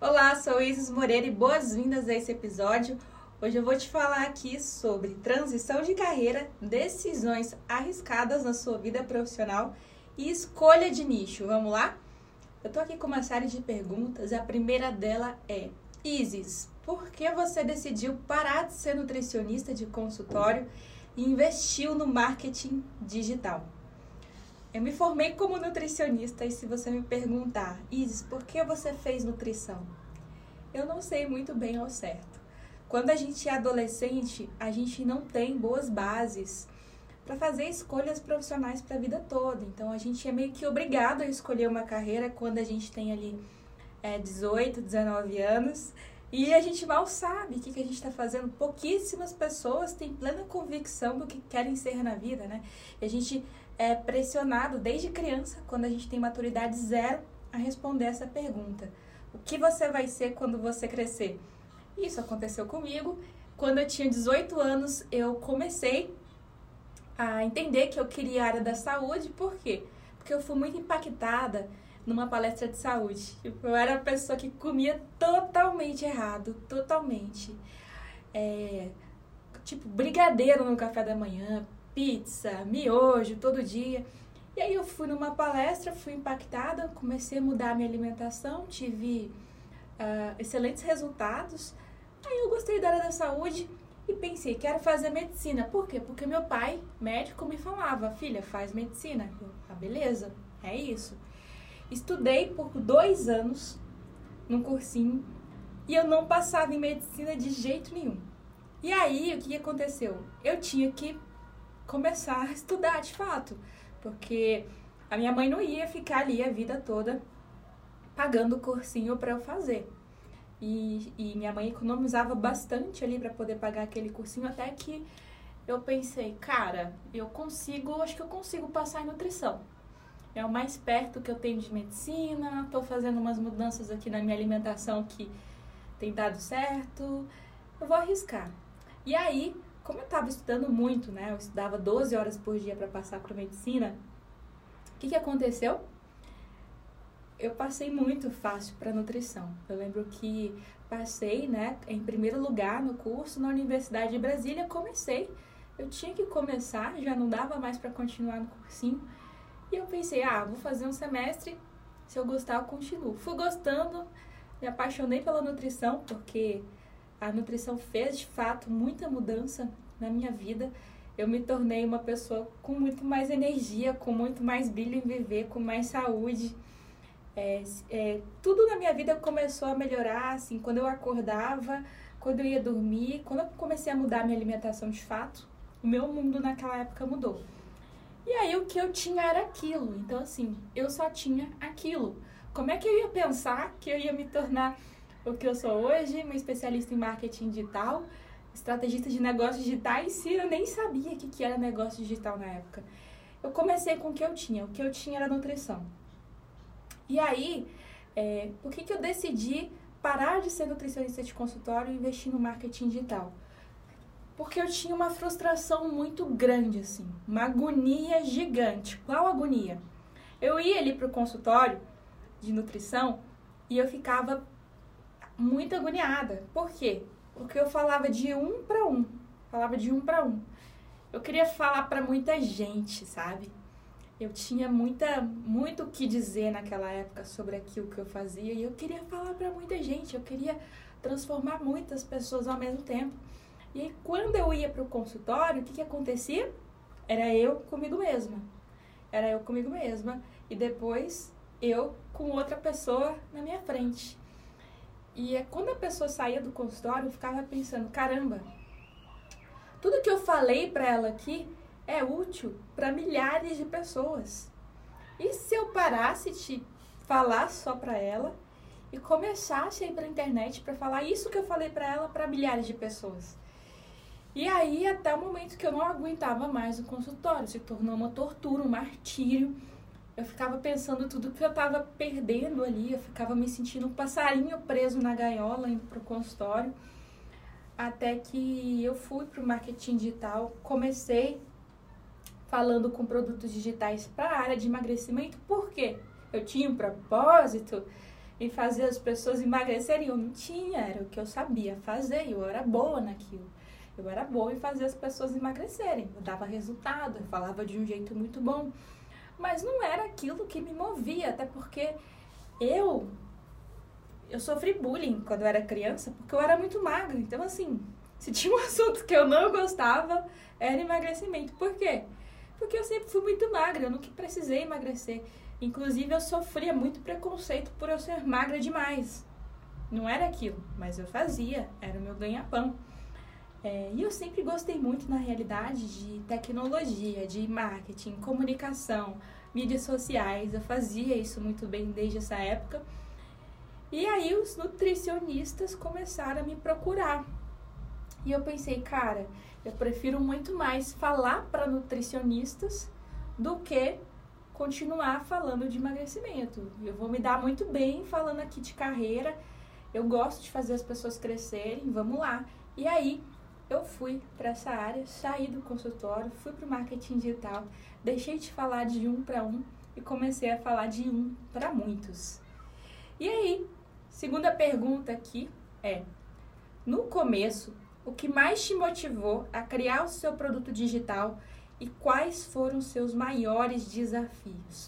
Olá, sou Isis Moreira e boas-vindas a esse episódio. Hoje eu vou te falar aqui sobre transição de carreira, decisões arriscadas na sua vida profissional e escolha de nicho. Vamos lá? Eu tô aqui com uma série de perguntas e a primeira dela é: Isis, por que você decidiu parar de ser nutricionista de consultório e investiu no marketing digital? Eu me formei como nutricionista e se você me perguntar, Isis, por que você fez nutrição? Eu não sei muito bem ao certo. Quando a gente é adolescente, a gente não tem boas bases para fazer escolhas profissionais para a vida toda. Então, a gente é meio que obrigado a escolher uma carreira quando a gente tem ali 18, 19 anos e a gente mal sabe o que a gente está fazendo. Pouquíssimas pessoas têm plena convicção do que querem ser na vida, né? E a gente é pressionado desde criança, quando a gente tem maturidade zero, a responder essa pergunta. O que você vai ser quando você crescer? Isso aconteceu comigo. Quando eu tinha 18 anos, eu comecei a entender que eu queria a área da saúde. Por quê? Porque eu fui muito impactada numa palestra de saúde. Eu era uma pessoa que comia totalmente errado, totalmente. Tipo, brigadeiro no café da manhã, pizza, miojo, todo dia. E aí eu fui numa palestra, fui impactada, comecei a mudar a minha alimentação, tive excelentes resultados. Aí eu gostei da área da saúde e pensei, quero fazer medicina. Por quê? Porque meu pai, médico, me falava, filha, faz medicina. Beleza, é isso. Estudei por 2 anos num cursinho e eu não passava em medicina de jeito nenhum. E aí, o que aconteceu? Eu tinha que começar a estudar de fato, porque a minha mãe não ia ficar ali a vida toda pagando o cursinho para eu fazer. E minha mãe economizava bastante ali para poder pagar aquele cursinho, até que eu pensei, cara, acho que eu consigo passar em nutrição. É o mais perto que eu tenho de medicina, estou fazendo umas mudanças aqui na minha alimentação que tem dado certo, eu vou arriscar. E aí, como eu estava estudando muito, né, eu estudava 12 horas por dia para passar para medicina, o que aconteceu? Eu passei muito fácil para nutrição. Eu lembro que passei, né, em primeiro lugar no curso na Universidade de Brasília, eu tinha que começar, já não dava mais para continuar no cursinho. E eu pensei, vou fazer um semestre, se eu gostar eu continuo. Fui gostando, me apaixonei pela nutrição, porque a nutrição fez, de fato, muita mudança na minha vida. Eu me tornei uma pessoa com muito mais energia, com muito mais brilho em viver, com mais saúde. Tudo na minha vida começou a melhorar, assim, quando eu acordava, quando eu ia dormir, quando eu comecei a mudar a minha alimentação de fato, o meu mundo naquela época mudou. E aí o que eu tinha era aquilo, então assim, eu só tinha aquilo. Como é que eu ia pensar que eu ia me tornar o que eu sou hoje, uma especialista em marketing digital, estrategista de negócios digitais, se eu nem sabia o que era negócio digital na época? Eu comecei com o que eu tinha era nutrição. E aí, por que eu decidi parar de ser nutricionista de consultório e investir no marketing digital? Porque eu tinha uma frustração muito grande, assim, uma agonia gigante. Qual agonia? Eu ia ali pro consultório de nutrição e eu ficava muito agoniada. Por quê? Porque eu falava de um para um. Eu queria falar para muita gente, sabe? Eu tinha muito o que dizer naquela época sobre aquilo que eu fazia e eu queria falar para muita gente, eu queria transformar muitas pessoas ao mesmo tempo. E aí, quando eu ia para o consultório, o que acontecia? Era eu comigo mesma. E depois eu com outra pessoa na minha frente. E quando a pessoa saía do consultório, eu ficava pensando, caramba, tudo que eu falei para ela aqui é útil para milhares de pessoas. E se eu parasse de falar só para ela e começasse a ir para a internet para falar isso que eu falei para ela para milhares de pessoas? E aí, até o momento que eu não aguentava mais o consultório, se tornou uma tortura, um martírio. Eu ficava pensando tudo que eu estava perdendo ali, eu ficava me sentindo um passarinho preso na gaiola indo para o consultório. Até que eu fui para o marketing digital, comecei falando com produtos digitais para a área de emagrecimento. Por quê? Eu tinha um propósito, em fazer as pessoas emagrecerem. Eu não tinha, era o que eu sabia fazer, eu era boa naquilo. Eu era boa em fazer as pessoas emagrecerem. Eu dava resultado, eu falava de um jeito muito bom. Mas não era aquilo que me movia, até porque eu sofri bullying quando eu era criança, porque eu era muito magra. Então, assim, se tinha um assunto que eu não gostava, era emagrecimento. Por quê? Porque eu sempre fui muito magra, eu nunca precisei emagrecer. Inclusive, eu sofria muito preconceito por eu ser magra demais. Não era aquilo, mas eu fazia, era o meu ganha-pão. E eu sempre gostei muito, na realidade, de tecnologia, de marketing, comunicação, mídias sociais. Eu fazia isso muito bem desde essa época. E aí os nutricionistas começaram a me procurar. E eu pensei, cara, eu prefiro muito mais falar para nutricionistas do que continuar falando de emagrecimento. Eu vou me dar muito bem falando aqui de carreira. Eu gosto de fazer as pessoas crescerem, vamos lá. E aí eu fui para essa área, saí do consultório, fui para o marketing digital, deixei de falar de um para um e comecei a falar de um para muitos. E aí, segunda pergunta aqui é, no começo, o que mais te motivou a criar o seu produto digital e quais foram os seus maiores desafios?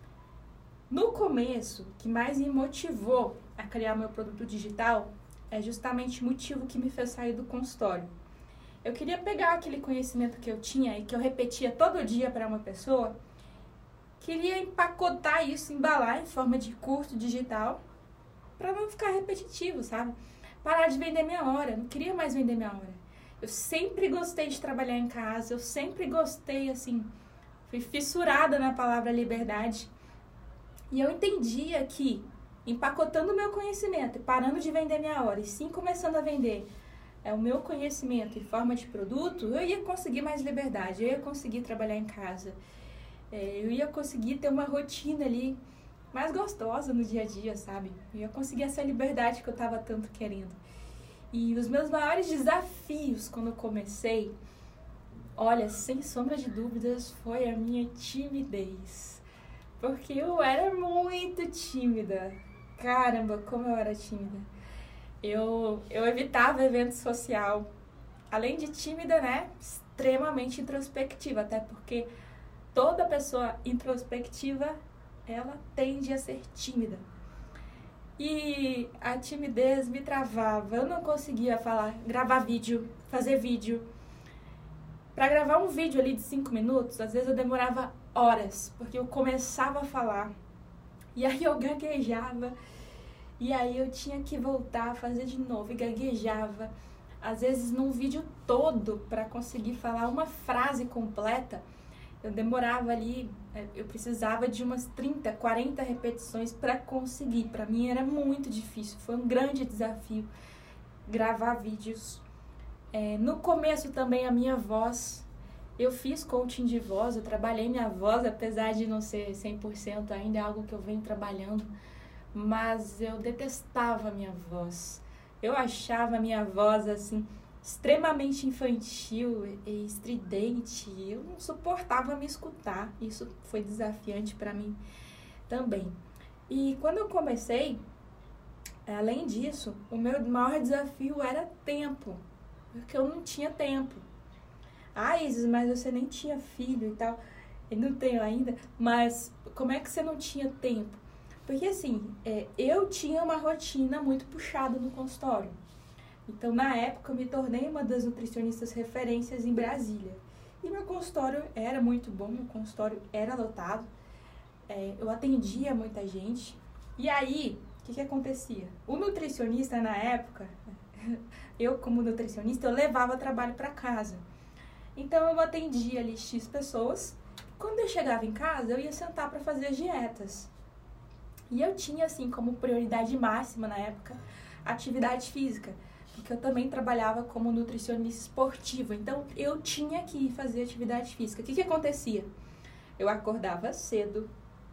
No começo, o que mais me motivou a criar meu produto digital é justamente o motivo que me fez sair do consultório. Eu queria pegar aquele conhecimento que eu tinha e que eu repetia todo dia para uma pessoa, queria empacotar isso, embalar em forma de curso digital para não ficar repetitivo, sabe? Parar de vender minha hora, não queria mais vender minha hora. Eu sempre gostei de trabalhar em casa, eu sempre gostei, assim, fui fissurada na palavra liberdade. E eu entendia que, empacotando o meu conhecimento e parando de vender minha hora, e sim começando a vender o meu conhecimento em forma de produto, eu ia conseguir mais liberdade, eu ia conseguir trabalhar em casa, eu ia conseguir ter uma rotina ali mais gostosa no dia a dia, sabe? Eu ia conseguir essa liberdade que eu estava tanto querendo. E os meus maiores desafios quando eu comecei, olha, sem sombra de dúvidas, foi a minha timidez. Porque eu era muito tímida. Caramba, como eu era tímida. Eu evitava evento social. Além de tímida, né? Extremamente introspectiva. Até porque toda pessoa introspectiva, ela tende a ser tímida. E a timidez me travava. Eu não conseguia gravar vídeo, fazer vídeo. Para gravar um vídeo ali de 5 minutos, às vezes eu demorava horas, porque eu começava a falar. E aí eu gaguejava. E aí eu tinha que voltar a fazer de novo e gaguejava. Às vezes num vídeo todo para conseguir falar uma frase completa, eu demorava ali, eu precisava de umas 30, 40 repetições para conseguir. Para mim era muito difícil, foi um grande desafio gravar vídeos. No começo também a minha voz, eu fiz coaching de voz, eu trabalhei minha voz, apesar de não ser 100%, ainda é algo que eu venho trabalhando, mas eu detestava a minha voz. Eu achava a minha voz, assim, extremamente infantil e estridente. Eu não suportava me escutar. Isso foi desafiante para mim também. E quando eu comecei, além disso, o meu maior desafio era tempo. Porque eu não tinha tempo. Ah, Isis, mas você nem tinha filho e tal. Eu não tenho ainda. Mas como é que você não tinha tempo? Porque assim, eu tinha uma rotina muito puxada no consultório. Então, na época, eu me tornei uma das nutricionistas referências em Brasília. E meu consultório era muito bom, meu consultório era lotado. Eu atendia muita gente. E aí, o que acontecia? O nutricionista, na época, eu como nutricionista, eu levava trabalho para casa. Então, eu atendia ali X pessoas. Quando eu chegava em casa, eu ia sentar para fazer as dietas. E eu tinha, assim, como prioridade máxima na época, atividade física. Porque eu também trabalhava como nutricionista esportiva. Então, eu tinha que fazer atividade física. O que acontecia? Eu acordava cedo,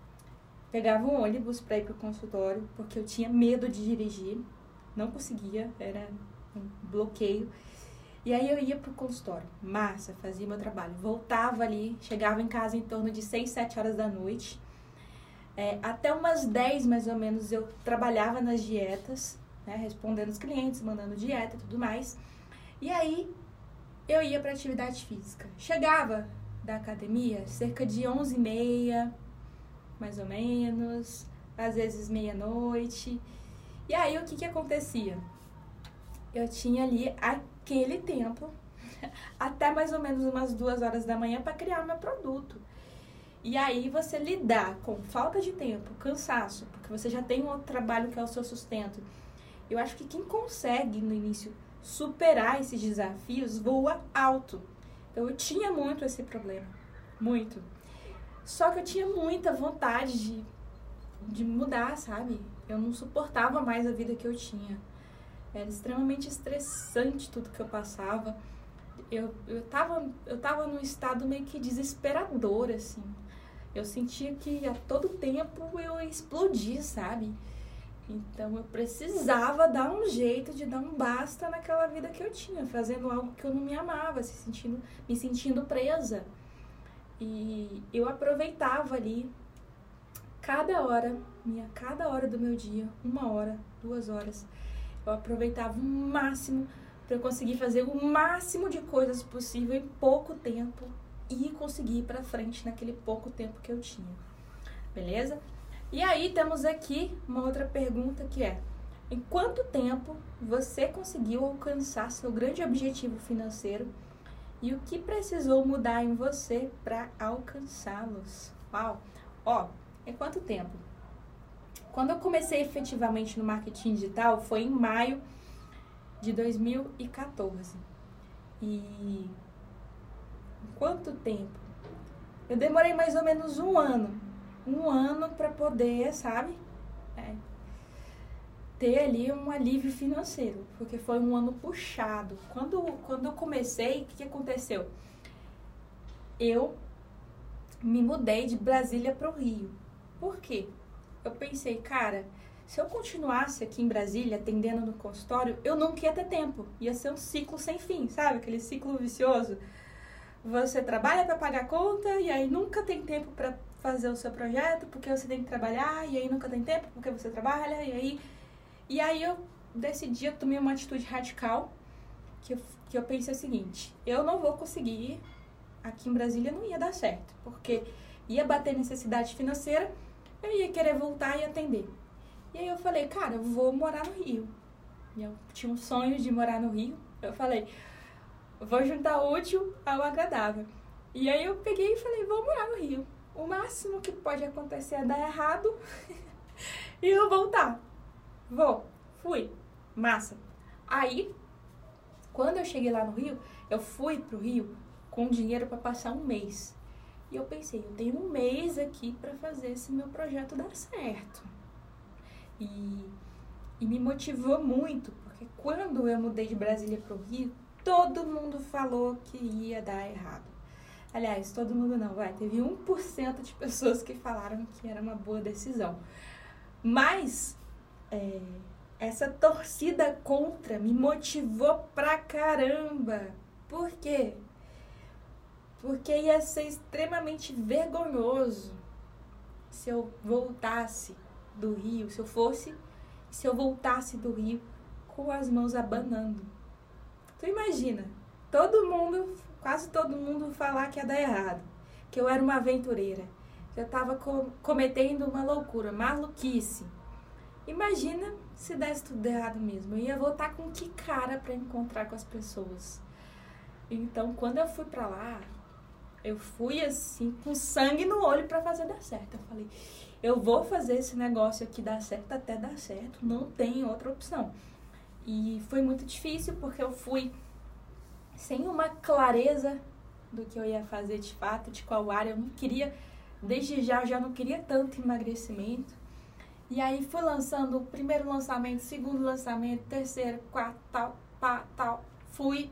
pegava um ônibus para ir para o consultório, porque eu tinha medo de dirigir. Não conseguia, era um bloqueio. E aí eu ia para o consultório, massa, fazia meu trabalho. Voltava ali, chegava em casa em torno de 6, 7 horas da noite. Até umas 10, mais ou menos, eu trabalhava nas dietas, né, respondendo os clientes, mandando dieta e tudo mais. E aí, eu ia para atividade física. Chegava da academia cerca de 11h30, mais ou menos, às vezes meia-noite. E aí, o que acontecia? Eu tinha ali aquele tempo, até mais ou menos umas 2 horas da manhã, para criar o meu produto. E aí, você lidar com falta de tempo, cansaço, porque você já tem um outro trabalho que é o seu sustento. Eu acho que quem consegue, no início, superar esses desafios, voa alto. Então, eu tinha muito esse problema, muito. Só que eu tinha muita vontade de mudar, sabe? Eu não suportava mais a vida que eu tinha. Era extremamente estressante tudo que eu passava. Eu tava num estado meio que desesperador, assim. Eu sentia que a todo tempo eu ia explodir, sabe? Então eu precisava dar um jeito de dar um basta naquela vida que eu tinha, fazendo algo que eu não me amava, me sentindo presa. E eu aproveitava ali cada hora do meu dia, 1 hora, 2 horas, eu aproveitava o máximo para eu conseguir fazer o máximo de coisas possível em pouco tempo e conseguir ir para frente naquele pouco tempo que eu tinha. Beleza? E aí temos aqui uma outra pergunta que é: em quanto tempo você conseguiu alcançar seu grande objetivo financeiro e o que precisou mudar em você para alcançá-los? Uau! Ó, em quanto tempo? Quando eu comecei efetivamente no marketing digital foi em maio de 2014. E em quanto tempo? Eu demorei mais ou menos 1 ano. 1 ano para poder, sabe? Ter ali um alívio financeiro. Porque foi 1 ano puxado. Quando eu comecei, o que aconteceu? Eu me mudei de Brasília para o Rio. Por quê? Eu pensei, cara, se eu continuasse aqui em Brasília, atendendo no consultório, eu nunca ia ter tempo. Ia ser um ciclo sem fim, sabe? Aquele ciclo vicioso. Você trabalha para pagar conta e aí nunca tem tempo para fazer o seu projeto, porque você tem que trabalhar, e aí nunca tem tempo porque você trabalha, e aí eu decidi, eu tomei uma atitude radical, que eu pensei o seguinte: eu não vou conseguir, aqui em Brasília não ia dar certo, porque ia bater necessidade financeira, eu ia querer voltar e atender. E aí eu falei, cara, eu vou morar no Rio. E eu tinha um sonho de morar no Rio. Eu falei, vou juntar o útil ao agradável. E aí eu peguei e falei, vou morar no Rio. O máximo que pode acontecer é dar errado e eu voltar. Fui, massa. Aí, quando eu cheguei lá no Rio, eu fui pro Rio com dinheiro para passar 1 mês. E eu pensei, eu tenho 1 mês aqui para fazer esse meu projeto dar certo. E me motivou muito, porque quando eu mudei de Brasília pro Rio, todo mundo falou que ia dar errado. Aliás, todo mundo não, teve 1% de pessoas que falaram que era uma boa decisão. Mas essa torcida contra me motivou pra caramba. Por quê? Porque ia ser extremamente vergonhoso se eu voltasse do Rio, se eu voltasse do Rio com as mãos abanando. Tu imagina, quase todo mundo falar que ia dar errado, que eu era uma aventureira, que eu tava cometendo uma loucura, maluquice. Imagina se desse tudo errado mesmo, eu ia voltar com que cara pra encontrar com as pessoas. Então, quando eu fui pra lá, eu fui assim, com sangue no olho pra fazer dar certo. Eu falei, eu vou fazer esse negócio aqui dar certo até dar certo, não tem outra opção. E foi muito difícil, porque eu fui sem uma clareza do que eu ia fazer de fato, de qual área. Eu não queria, desde já não queria tanto emagrecimento. E aí fui lançando o primeiro lançamento, segundo lançamento, terceiro, quarto, tal, fui.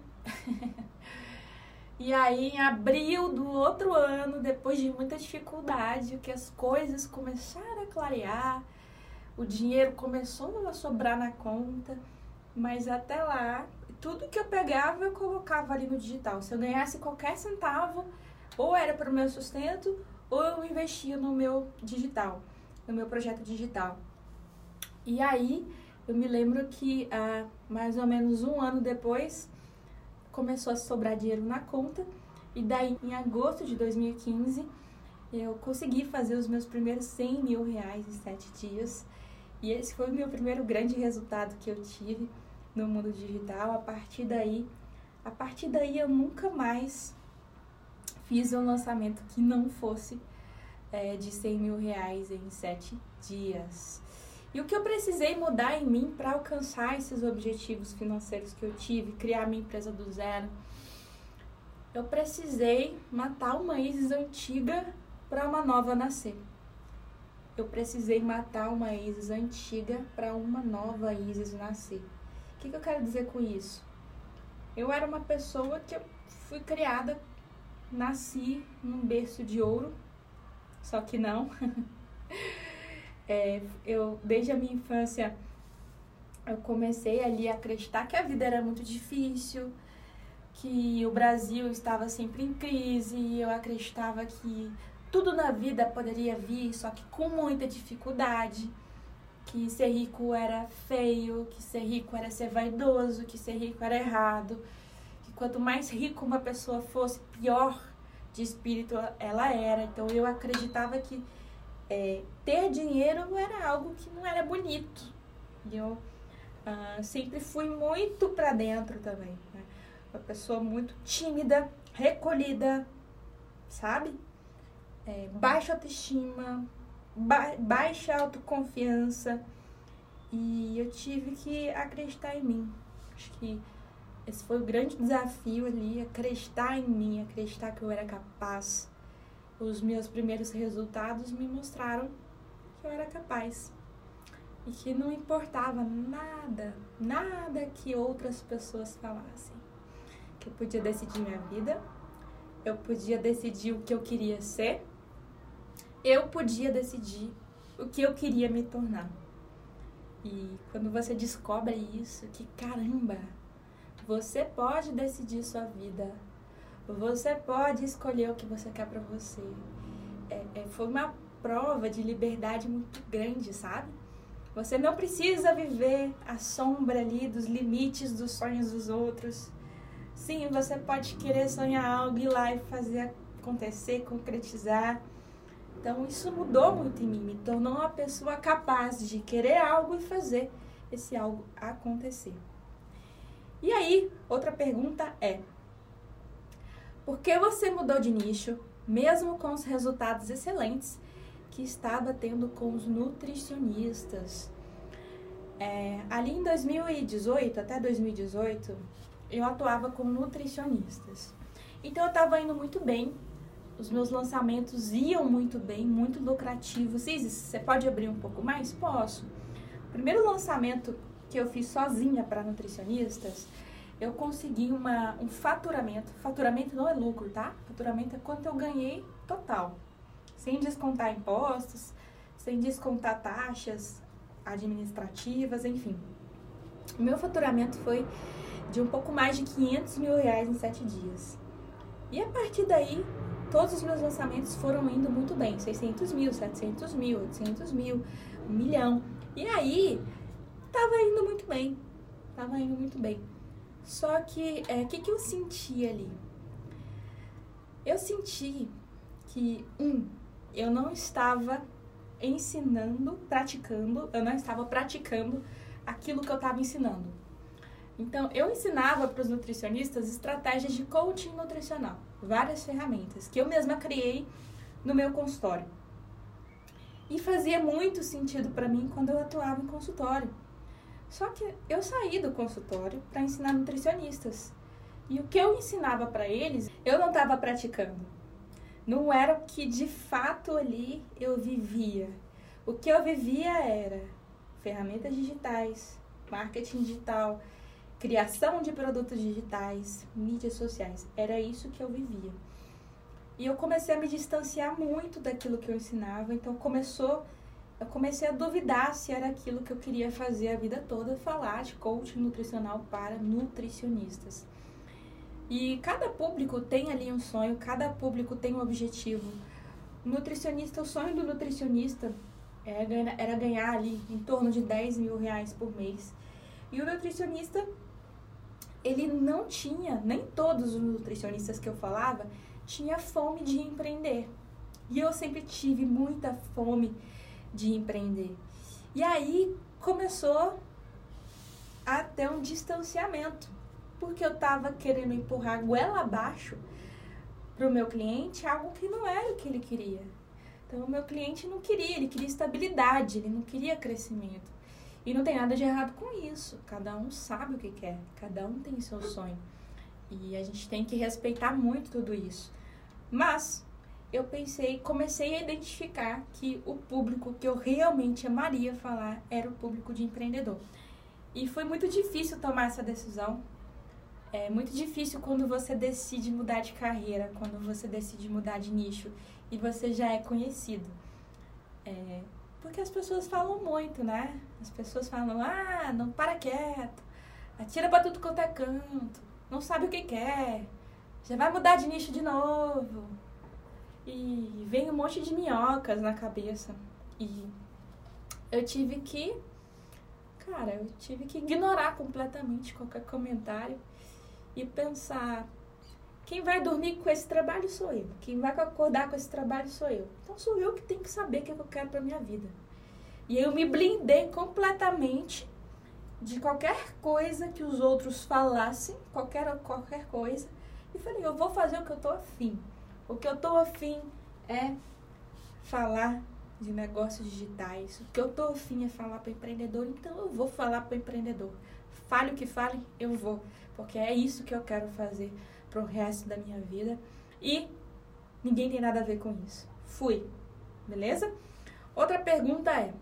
E aí em abril do outro ano, depois de muita dificuldade, que as coisas começaram a clarear, o dinheiro começou a sobrar na conta, mas até lá, tudo que eu pegava eu colocava ali no digital. Se eu ganhasse qualquer centavo, ou era para o meu sustento, ou eu investia no meu digital. no meu projeto digital. E aí, eu me lembro que mais ou menos um ano depois, começou a sobrar dinheiro na conta. E daí, em agosto de 2015, eu consegui fazer os meus primeiros R$100.000 em 7 dias. E esse foi o meu primeiro grande resultado que eu tive no mundo digital. A partir daí eu nunca mais fiz um lançamento que não fosse de R$100.000 em 7 dias. E o que eu precisei mudar em mim para alcançar esses objetivos financeiros que eu tive, criar minha empresa do zero, eu precisei matar uma Isis antiga para uma nova nascer. Eu precisei matar uma Isis antiga para uma nova Isis nascer. O que eu quero dizer com isso? Eu era uma pessoa que eu fui criada, nasci num berço de ouro, só que não. Eu, desde a minha infância, eu comecei ali a acreditar que a vida era muito difícil, que o Brasil estava sempre em crise, eu acreditava que tudo na vida poderia vir, só que com muita dificuldade, que ser rico era feio, que ser rico era ser vaidoso, que ser rico era errado, que quanto mais rico uma pessoa fosse, pior de espírito ela era. Então eu acreditava que ter dinheiro era algo que não era bonito. E eu sempre fui muito pra dentro também, né? Uma pessoa muito tímida, recolhida, sabe? Baixa autoestima, baixa autoconfiança. E eu tive que acreditar em mim. Acho que esse foi o grande desafio ali, acreditar em mim, acreditar que eu era capaz. Os meus primeiros resultados me mostraram que eu era capaz. E que não importava nada que outras pessoas falassem. Que eu podia decidir minha vida, eu podia decidir o que eu queria ser, eu podia decidir o que eu queria me tornar. E quando você descobre isso, que caramba, você pode decidir sua vida, você pode escolher o que você quer pra você. Foi uma prova de liberdade muito grande, sabe? Você não precisa viver à sombra ali dos limites dos sonhos dos outros. Sim, você pode querer sonhar algo, ir lá e fazer acontecer, concretizar. Então, isso mudou muito em mim, me tornou uma pessoa capaz de querer algo e fazer esse algo acontecer. E aí, outra pergunta é: por que você mudou de nicho, mesmo com os resultados excelentes que estava tendo com os nutricionistas? Ali em 2018, até 2018, eu atuava com nutricionistas. Então eu estava indo muito bem, os meus lançamentos iam muito bem, muito lucrativos. Isis, você pode abrir um pouco mais? Posso. O primeiro lançamento que eu fiz sozinha para nutricionistas, eu consegui um faturamento. Faturamento não é lucro, tá? Faturamento é quanto eu ganhei total, sem descontar impostos, sem descontar taxas administrativas, enfim. O meu faturamento foi de um pouco mais de R$500 mil em 7 dias. E a partir daí, todos os meus lançamentos foram indo muito bem. 600 mil, 700 mil, 800 mil, 1 milhão. E aí, tava indo muito bem. Só que, o que eu senti ali? Eu senti que, eu não estava eu não estava praticando aquilo que eu estava ensinando. Então, eu ensinava para os nutricionistas estratégias de coaching nutricional, várias ferramentas que eu mesma criei no meu consultório. E fazia muito sentido para mim quando eu atuava em consultório. Só que eu saí do consultório para ensinar nutricionistas. E o que eu ensinava para eles, eu não estava praticando. Não era o que de fato ali eu vivia. O que eu vivia era ferramentas digitais, marketing digital, criação de produtos digitais, mídias sociais. Era isso que eu vivia. E eu comecei a me distanciar muito daquilo que eu ensinava. Então eu comecei a duvidar se era aquilo que eu queria fazer a vida toda, falar de coaching nutricional para nutricionistas. E cada público tem ali um sonho, cada público tem um objetivo. O sonho do nutricionista era ganhar ali em torno de 10 mil reais por mês. E o nutricionista, ele não tinha, nem todos os nutricionistas que eu falava, tinha fome de empreender. E eu sempre tive muita fome de empreender. E aí começou a ter um distanciamento, porque eu estava querendo empurrar goela abaixo para o meu cliente algo que não era o que ele queria. Então, o meu cliente não queria, ele queria estabilidade, ele não queria crescimento. E não tem nada de errado com isso. Cada um sabe o que quer, cada um tem seu sonho. E a gente tem que respeitar muito tudo isso. Mas eu comecei a identificar que o público que eu realmente amaria falar era o público de empreendedor. E foi muito difícil tomar essa decisão. É muito difícil quando você decide mudar de carreira, quando você decide mudar de nicho e você já é conhecido. Porque as pessoas falam muito, né? As pessoas falam, não para quieto, atira pra tudo quanto é canto, não sabe o que quer, já vai mudar de nicho de novo. E vem um monte de minhocas na cabeça. E eu tive que ignorar completamente qualquer comentário e pensar, quem vai dormir com esse trabalho sou eu, quem vai acordar com esse trabalho sou eu. Então sou eu que tenho que saber o que eu quero pra minha vida. E eu me blindei completamente de qualquer coisa que os outros falassem, qualquer coisa, e falei, eu vou fazer o que eu tô afim. O que eu tô afim é falar de negócios digitais. O que eu tô afim é falar para empreendedor, então eu vou falar para empreendedor. Fale o que fale, eu vou. Porque é isso que eu quero fazer pro resto da minha vida. E ninguém tem nada a ver com isso. Fui. Beleza? Outra pergunta é,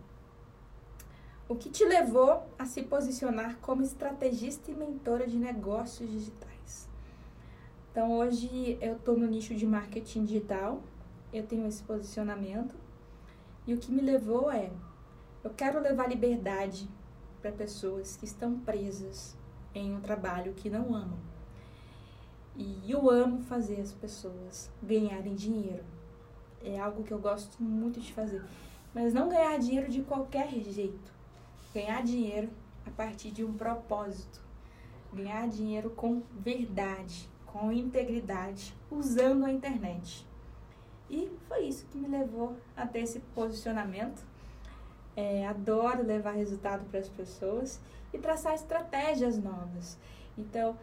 o que te levou a se posicionar como estrategista e mentora de negócios digitais? Então, hoje eu estou no nicho de marketing digital, eu tenho esse posicionamento, e o que me levou eu quero levar liberdade para pessoas que estão presas em um trabalho que não amam. E eu amo fazer as pessoas ganharem dinheiro. É algo que eu gosto muito de fazer. Mas não ganhar dinheiro de qualquer jeito. Ganhar dinheiro a partir de um propósito. Ganhar dinheiro com verdade, com integridade, usando a internet. E foi isso que me levou a ter esse posicionamento. Adoro levar resultado para as pessoas e traçar estratégias novas. Então,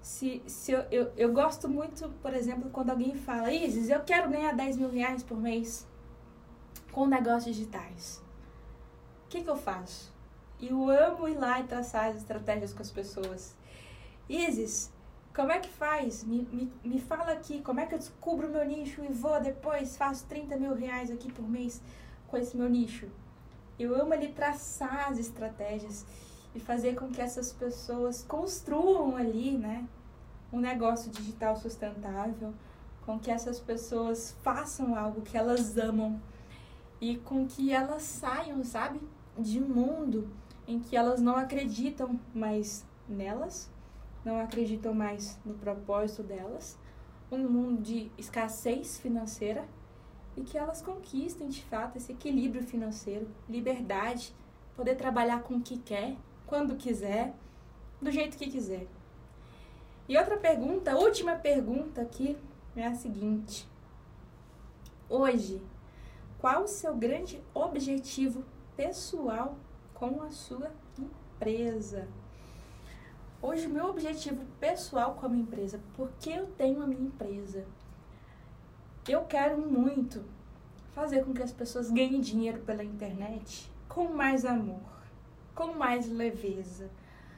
eu gosto muito, por exemplo, quando alguém fala, Isis, eu quero ganhar 10 mil reais por mês com negócios digitais. O que eu faço? Eu amo ir lá e traçar as estratégias com as pessoas. Isis, como é que faz? Me fala aqui, como é que eu descubro o meu nicho e vou depois, faço 30 mil reais aqui por mês com esse meu nicho? Eu amo ali traçar as estratégias e fazer com que essas pessoas construam ali, né, um negócio digital sustentável, com que essas pessoas façam algo que elas amam e com que elas saiam, sabe, de um mundo em que elas não acreditam mais nelas, não acreditam mais no propósito delas, um mundo de escassez financeira, e que elas conquistem, de fato, esse equilíbrio financeiro, liberdade, poder trabalhar com o que quer, quando quiser, do jeito que quiser. E outra pergunta, última pergunta aqui, é a seguinte. Hoje, qual o seu grande objetivo pessoal com a sua empresa? Hoje, o meu objetivo pessoal como empresa, porque eu tenho a minha empresa? Eu quero muito fazer com que as pessoas ganhem dinheiro pela internet com mais amor, com mais leveza,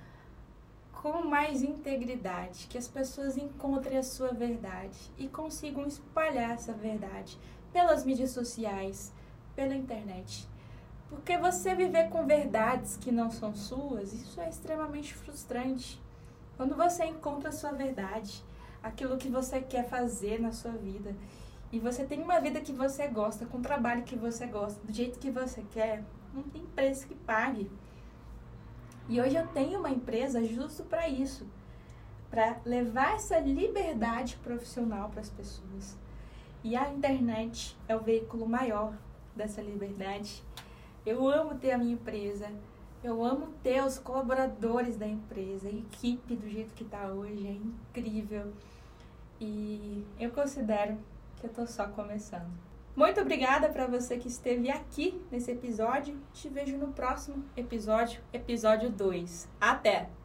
com mais integridade, que as pessoas encontrem a sua verdade e consigam espalhar essa verdade pelas mídias sociais, pela internet. Porque você viver com verdades que não são suas, isso é extremamente frustrante. Quando você encontra a sua verdade, aquilo que você quer fazer na sua vida, e você tem uma vida que você gosta, com o trabalho que você gosta, do jeito que você quer, não tem preço que pague. E hoje eu tenho uma empresa justo para isso, para levar essa liberdade profissional para as pessoas. E a internet é o veículo maior dessa liberdade, Eu amo ter a minha empresa. Eu amo ter os colaboradores da empresa. A equipe do jeito que tá hoje é incrível. E eu considero que eu tô só começando. Muito obrigada para você que esteve aqui nesse episódio. Te vejo no próximo episódio, episódio 2. Até!